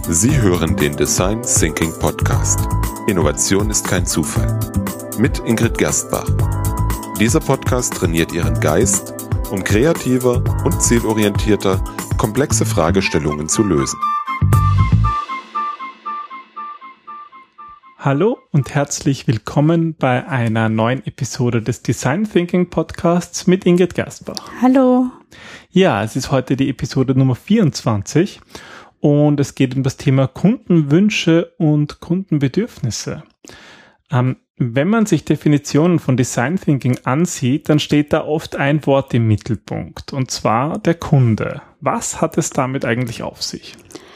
Sie hören den Design Thinking Podcast. Innovation ist kein Zufall. Mit Ingrid Gerstbach. Dieser Podcast trainiert Ihren Geist, um kreativer und zielorientierter komplexe Fragestellungen zu lösen. Hallo und herzlich willkommen bei einer neuen Episode des Design Thinking Podcasts mit Ingrid Gerstbach. Hallo. Ja, es ist heute die Episode Nummer 24 und es geht um das Thema Kundenwünsche und Kundenbedürfnisse. Wenn man sich Definitionen von Design Thinking ansieht, dann steht da oft ein Wort im Mittelpunkt, und zwar der Kunde. Was hat es damit eigentlich auf sich?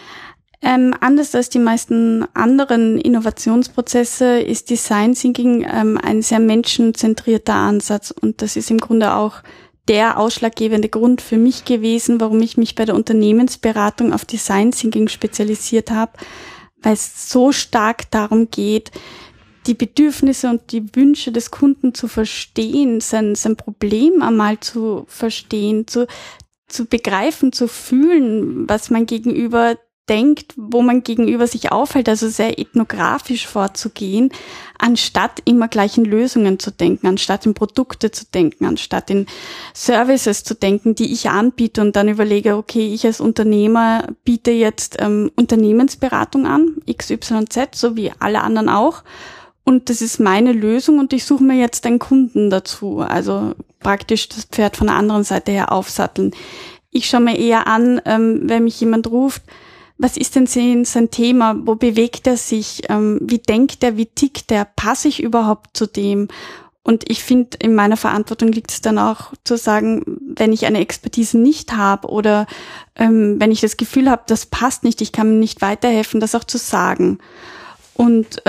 Anders als die meisten anderen Innovationsprozesse ist Design Thinking ein sehr menschenzentrierter Ansatz, und das ist im Grunde auch der ausschlaggebende Grund für mich gewesen, warum ich mich bei der Unternehmensberatung auf Design Thinking spezialisiert habe, weil es so stark darum geht, die Bedürfnisse und die Wünsche des Kunden zu verstehen, sein Problem einmal zu verstehen, zu begreifen, zu fühlen, was man gegenüber denkt, wo man gegenüber sich aufhält, also sehr ethnografisch vorzugehen, anstatt immer gleich in Lösungen zu denken, anstatt in Produkte zu denken, anstatt in Services zu denken, die ich anbiete und dann überlege, okay, ich als Unternehmer biete jetzt Unternehmensberatung an, XYZ, so wie alle anderen auch, und das ist meine Lösung und ich suche mir jetzt einen Kunden dazu, also praktisch das Pferd von der anderen Seite her aufsatteln. Ich schaue mir eher an, wenn mich jemand ruft, was ist denn sein Thema? Wo bewegt er sich? Wie denkt er? Wie tickt er? Passe ich überhaupt zu dem? Und ich finde, in meiner Verantwortung liegt es dann auch zu sagen, wenn ich eine Expertise nicht habe oder wenn ich das Gefühl habe, das passt nicht, ich kann mir nicht weiterhelfen, das auch zu sagen. Und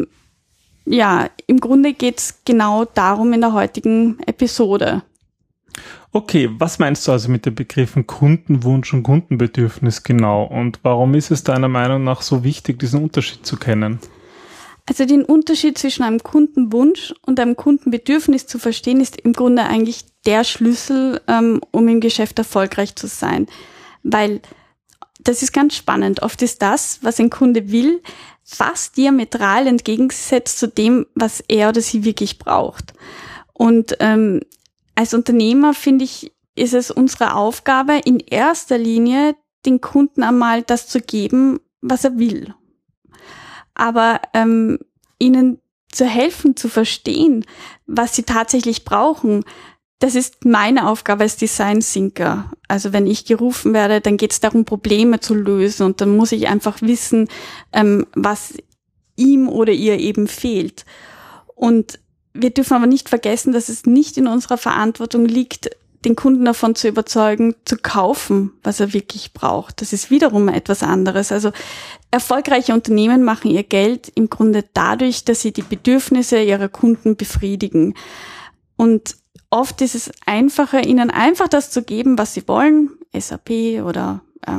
ja, im Grunde geht es genau darum in der heutigen Episode. Okay, was meinst du also mit den Begriffen Kundenwunsch und Kundenbedürfnis genau? Und warum ist es deiner Meinung nach so wichtig, diesen Unterschied zu kennen? Also den Unterschied zwischen einem Kundenwunsch und einem Kundenbedürfnis zu verstehen, ist im Grunde eigentlich der Schlüssel, um im Geschäft erfolgreich zu sein. Weil das ist ganz spannend. Oft ist das, was ein Kunde will, fast diametral entgegengesetzt zu dem, was er oder sie wirklich braucht. Und als Unternehmer, finde ich, ist es unsere Aufgabe, in erster Linie den Kunden einmal das zu geben, was er will. Aber ihnen zu helfen, zu verstehen, was sie tatsächlich brauchen, das ist meine Aufgabe als Design Thinker. Also wenn ich gerufen werde, dann geht es darum, Probleme zu lösen, und dann muss ich einfach wissen, was ihm oder ihr eben fehlt. Und wir dürfen aber nicht vergessen, dass es nicht in unserer Verantwortung liegt, den Kunden davon zu überzeugen, zu kaufen, was er wirklich braucht. Das ist wiederum etwas anderes. Also erfolgreiche Unternehmen machen ihr Geld im Grunde dadurch, dass sie die Bedürfnisse ihrer Kunden befriedigen. Und oft ist es einfacher, ihnen einfach das zu geben, was sie wollen, SAP oder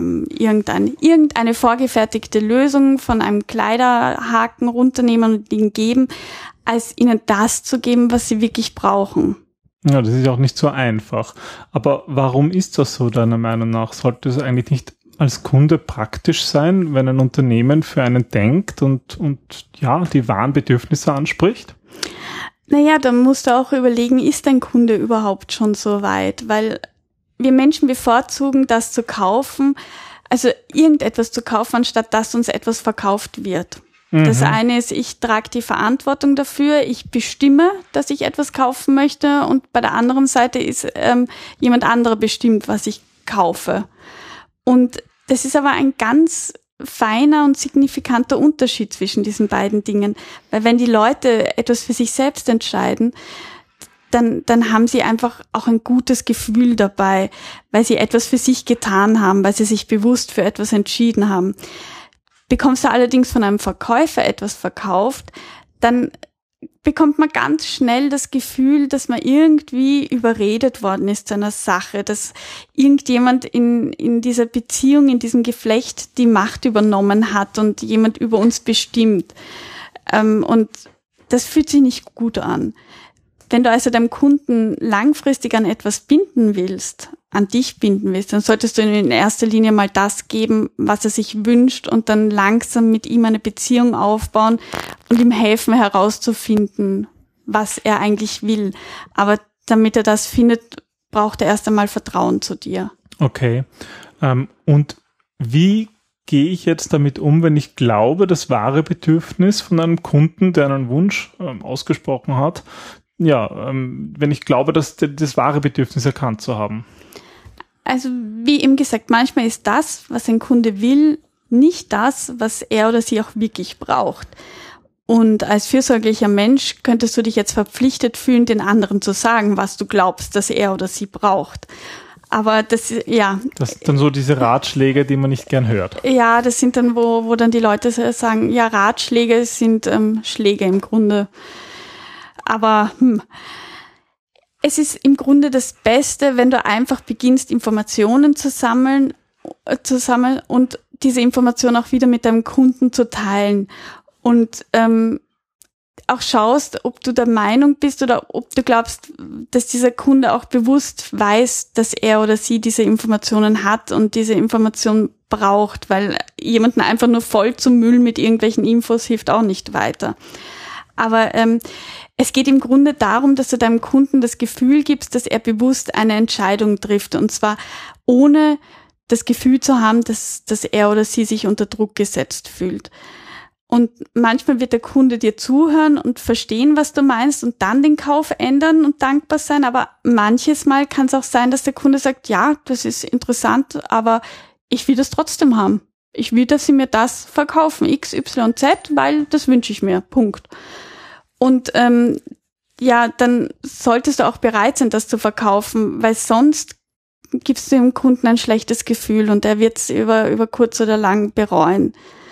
irgendeine vorgefertigte Lösung von einem Kleiderhaken runternehmen und ihnen geben, als ihnen das zu geben, was sie wirklich brauchen. Ja, das ist auch nicht so einfach. Aber warum ist das so, deiner Meinung nach? Sollte es eigentlich nicht als Kunde praktisch sein, wenn ein Unternehmen für einen denkt und ja, die wahren Bedürfnisse anspricht? Naja, dann musst du auch überlegen, ist dein Kunde überhaupt schon so weit? Weil wir Menschen bevorzugen, das zu kaufen, also irgendetwas zu kaufen, anstatt dass uns etwas verkauft wird. Das eine ist, ich trage die Verantwortung dafür, ich bestimme, dass ich etwas kaufen möchte, und bei der anderen Seite ist jemand anderer bestimmt, was ich kaufe. Und das ist aber ein ganz feiner und signifikanter Unterschied zwischen diesen beiden Dingen. Weil wenn die Leute etwas für sich selbst entscheiden, dann haben sie einfach auch ein gutes Gefühl dabei, weil sie etwas für sich getan haben, weil sie sich bewusst für etwas entschieden haben. Bekommst du allerdings von einem Verkäufer etwas verkauft, dann bekommt man ganz schnell das Gefühl, dass man irgendwie überredet worden ist zu einer Sache, dass irgendjemand in dieser Beziehung, in diesem Geflecht die Macht übernommen hat und jemand über uns bestimmt. Und das fühlt sich nicht gut an. Wenn du also deinem Kunden langfristig an etwas binden willst, an dich binden willst, dann solltest du ihm in erster Linie mal das geben, was er sich wünscht und dann langsam mit ihm eine Beziehung aufbauen und ihm helfen herauszufinden, was er eigentlich will. Aber damit er das findet, braucht er erst einmal Vertrauen zu dir. Okay. Und wie gehe ich jetzt damit um, wenn ich glaube, das wahre Bedürfnis von einem Kunden, der einen Wunsch ausgesprochen hat, wenn ich glaube, dass das wahre Bedürfnis erkannt zu haben? Also wie eben gesagt, manchmal ist das, was ein Kunde will, nicht das, was er oder sie auch wirklich braucht. Und als fürsorglicher Mensch könntest du dich jetzt verpflichtet fühlen, den anderen zu sagen, was du glaubst, dass er oder sie braucht. Aber das sind dann so diese Ratschläge, die man nicht gern hört. Ja, das sind dann, wo dann die Leute sagen, ja, Ratschläge sind Schläge im Grunde. Aber es ist im Grunde das Beste, wenn du einfach beginnst, Informationen zu sammeln und diese Informationen auch wieder mit deinem Kunden zu teilen. Und auch schaust, ob du der Meinung bist oder ob du glaubst, dass dieser Kunde auch bewusst weiß, dass er oder sie diese Informationen hat und diese Information braucht, weil jemanden einfach nur voll zu müllen mit irgendwelchen Infos hilft auch nicht weiter. Aber es geht im Grunde darum, dass du deinem Kunden das Gefühl gibst, dass er bewusst eine Entscheidung trifft, und zwar ohne das Gefühl zu haben, dass er oder sie sich unter Druck gesetzt fühlt. Und manchmal wird der Kunde dir zuhören und verstehen, was du meinst, und dann den Kauf ändern und dankbar sein. Aber manches Mal kann es auch sein, dass der Kunde sagt, ja, das ist interessant, aber ich will das trotzdem haben. Ich will, dass sie mir das verkaufen, X, Y, Z, weil das wünsche ich mir. Punkt. Und dann solltest du auch bereit sein, das zu verkaufen, weil sonst gibst du dem Kunden ein schlechtes Gefühl und er wird es über kurz oder lang bereuen.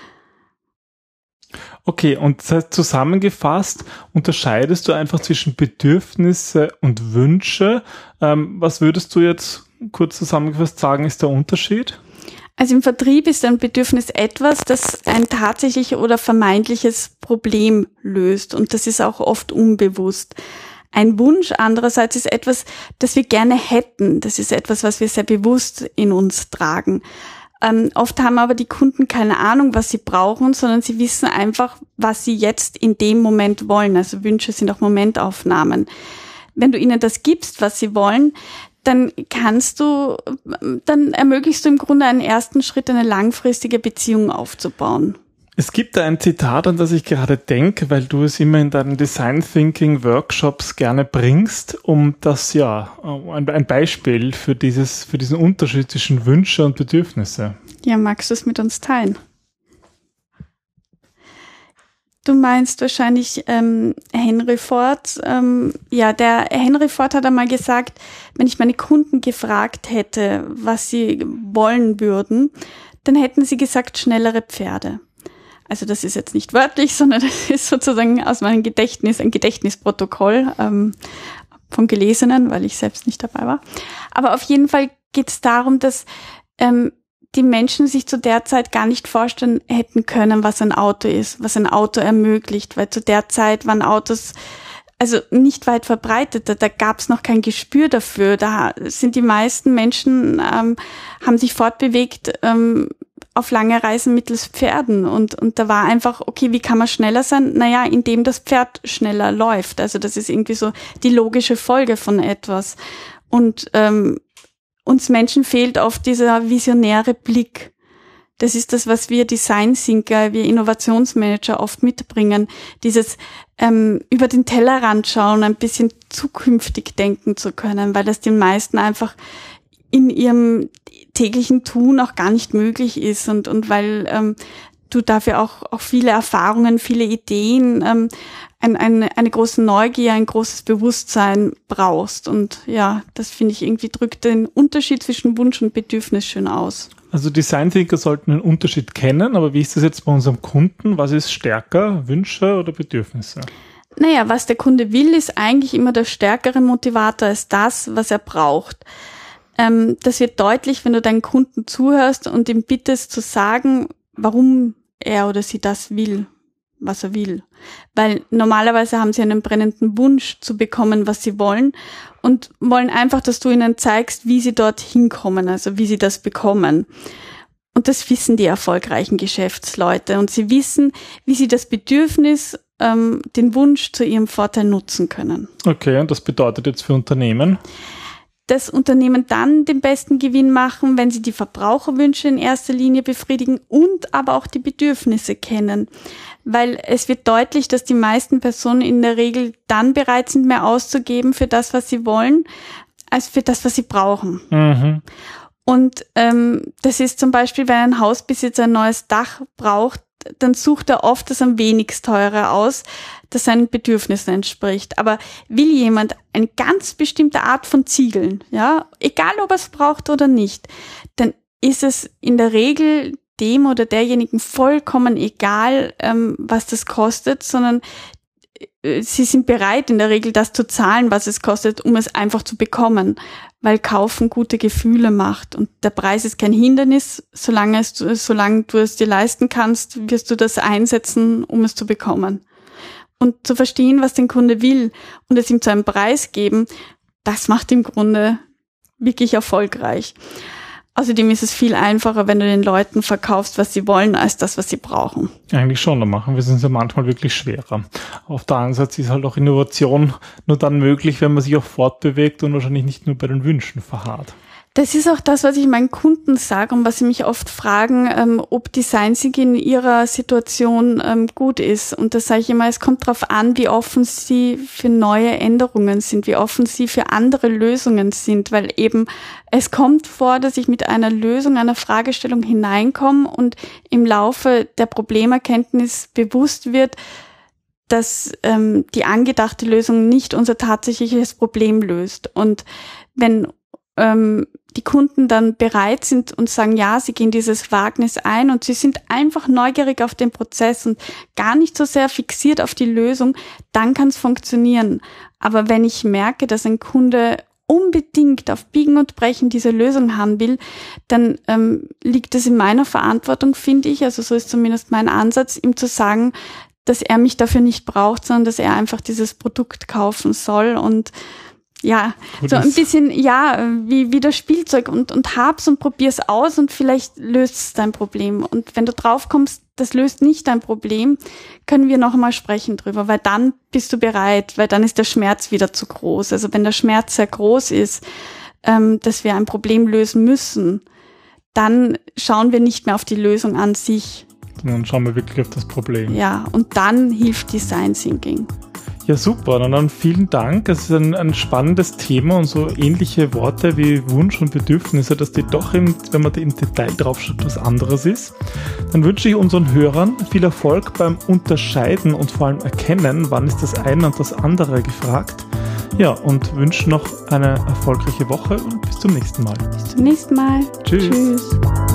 Okay, und das heißt, zusammengefasst unterscheidest du einfach zwischen Bedürfnisse und Wünsche. Was würdest du jetzt kurz zusammengefasst sagen, ist der Unterschied? Also im Vertrieb ist ein Bedürfnis etwas, das ein tatsächliches oder vermeintliches Problem löst, und das ist auch oft unbewusst. Ein Wunsch andererseits ist etwas, das wir gerne hätten. Das ist etwas, was wir sehr bewusst in uns tragen. Oft haben aber die Kunden keine Ahnung, was sie brauchen, sondern sie wissen einfach, was sie jetzt in dem Moment wollen. Also Wünsche sind auch Momentaufnahmen. Wenn du ihnen das gibst, was sie wollen, dann ermöglichst du im Grunde einen ersten Schritt, eine langfristige Beziehung aufzubauen. Es gibt da ein Zitat, an das ich gerade denke, weil du es immer in deinen Design Thinking Workshops gerne bringst, um das ein Beispiel für diesen Unterschied zwischen Wünsche und Bedürfnisse. Ja, magst du es mit uns teilen? Du meinst wahrscheinlich Henry Ford. Der Henry Ford hat einmal gesagt, wenn ich meine Kunden gefragt hätte, was sie wollen würden, dann hätten sie gesagt, schnellere Pferde. Also das ist jetzt nicht wörtlich, sondern das ist sozusagen aus meinem Gedächtnis, ein Gedächtnisprotokoll vom Gelesenen, weil ich selbst nicht dabei war. Aber auf jeden Fall geht es darum, dass die Menschen sich zu der Zeit gar nicht vorstellen hätten können, was ein Auto ist, was ein Auto ermöglicht, weil zu der Zeit waren Autos also nicht weit verbreitet, da gab es noch kein Gespür dafür. Da sind die meisten Menschen, haben sich fortbewegt auf lange Reisen mittels Pferden, und da war einfach, okay, wie kann man schneller sein? Naja, indem das Pferd schneller läuft. Also das ist irgendwie so die logische Folge von etwas. Und uns Menschen fehlt oft dieser visionäre Blick. Das ist das, was wir Design Thinker, wir Innovationsmanager oft mitbringen. Dieses über den Tellerrand schauen, ein bisschen zukünftig denken zu können, weil das den meisten einfach in ihrem täglichen Tun auch gar nicht möglich ist, und weil du dafür auch viele Erfahrungen, viele Ideen, eine große Neugier, ein großes Bewusstsein brauchst. Und ja, das finde ich irgendwie drückt den Unterschied zwischen Wunsch und Bedürfnis schön aus. Also Design Thinker sollten den Unterschied kennen, aber wie ist das jetzt bei unserem Kunden? Was ist stärker, Wünsche oder Bedürfnisse? Naja, was der Kunde will, ist eigentlich immer der stärkere Motivator als das, was er braucht. Das wird deutlich, wenn du deinen Kunden zuhörst und ihm bittest zu sagen, warum er oder sie das will. was er will. Weil normalerweise haben sie einen brennenden Wunsch zu bekommen, was sie wollen und wollen einfach, dass du ihnen zeigst, wie sie dorthin kommen, also wie sie das bekommen. Und das wissen die erfolgreichen Geschäftsleute und sie wissen, wie sie das Bedürfnis, den Wunsch zu ihrem Vorteil nutzen können. Okay, und das bedeutet jetzt für Unternehmen? Das Unternehmen dann den besten Gewinn machen, wenn sie die Verbraucherwünsche in erster Linie befriedigen und aber auch die Bedürfnisse kennen. Weil es wird deutlich, dass die meisten Personen in der Regel dann bereit sind, mehr auszugeben für das, was sie wollen, als für das, was sie brauchen. Mhm. Und das ist zum Beispiel, wenn ein Hausbesitzer ein neues Dach braucht, dann sucht er oft das am wenigst teure aus, das seinen Bedürfnissen entspricht. Aber will jemand eine ganz bestimmte Art von Ziegeln, ja, egal ob er es braucht oder nicht, dann ist es in der Regel dem oder derjenigen vollkommen egal, was das kostet, sondern sie sind bereit, in der Regel das zu zahlen, was es kostet, um es einfach zu bekommen, weil Kaufen gute Gefühle macht. Und der Preis ist kein Hindernis, solange du es dir leisten kannst, wirst du das einsetzen, um es zu bekommen. Und zu verstehen, was der Kunde will und es ihm zu einem Preis geben, das macht im Grunde wirklich erfolgreich. Außerdem ist es viel einfacher, wenn du den Leuten verkaufst, was sie wollen, als das, was sie brauchen. Eigentlich schon, da machen wir es uns ja manchmal wirklich schwerer. Auf der anderen Seite ist halt auch Innovation nur dann möglich, wenn man sich auch fortbewegt und wahrscheinlich nicht nur bei den Wünschen verharrt. Das ist auch das, was ich meinen Kunden sage und was sie mich oft fragen, ob Design Thinking in ihrer Situation gut ist. Und da sage ich immer, es kommt darauf an, wie offen sie für neue Änderungen sind, wie offen sie für andere Lösungen sind, weil eben es kommt vor, dass ich mit einer Lösung, einer Fragestellung hineinkomme und im Laufe der Problemerkenntnis bewusst wird, dass die angedachte Lösung nicht unser tatsächliches Problem löst. Und wenn die Kunden dann bereit sind und sagen, ja, sie gehen dieses Wagnis ein und sie sind einfach neugierig auf den Prozess und gar nicht so sehr fixiert auf die Lösung, dann kann es funktionieren. Aber wenn ich merke, dass ein Kunde unbedingt auf Biegen und Brechen diese Lösung haben will, dann liegt es in meiner Verantwortung, finde ich, also so ist zumindest mein Ansatz, ihm zu sagen, dass er mich dafür nicht braucht, sondern dass er einfach dieses Produkt kaufen soll und ja, so ein bisschen, ja, wie das Spielzeug und hab's und probier's aus und vielleicht löst es dein Problem. Und wenn du drauf kommst, das löst nicht dein Problem, können wir noch einmal sprechen drüber, weil dann bist du bereit, weil dann ist der Schmerz wieder zu groß. Also wenn der Schmerz sehr groß ist, dass wir ein Problem lösen müssen, dann schauen wir nicht mehr auf die Lösung an sich. Dann schauen wir wirklich auf das Problem. Ja, und dann hilft Design Thinking. Ja, super. Und dann vielen Dank. Es ist ein spannendes Thema und so ähnliche Worte wie Wunsch und Bedürfnisse, dass die doch, wenn man da im Detail drauf schaut, was anderes ist. Dann wünsche ich unseren Hörern viel Erfolg beim Unterscheiden und vor allem Erkennen, wann ist das eine und das andere gefragt. Ja, und wünsche noch eine erfolgreiche Woche und bis zum nächsten Mal. Bis zum nächsten Mal. Tschüss. Tschüss.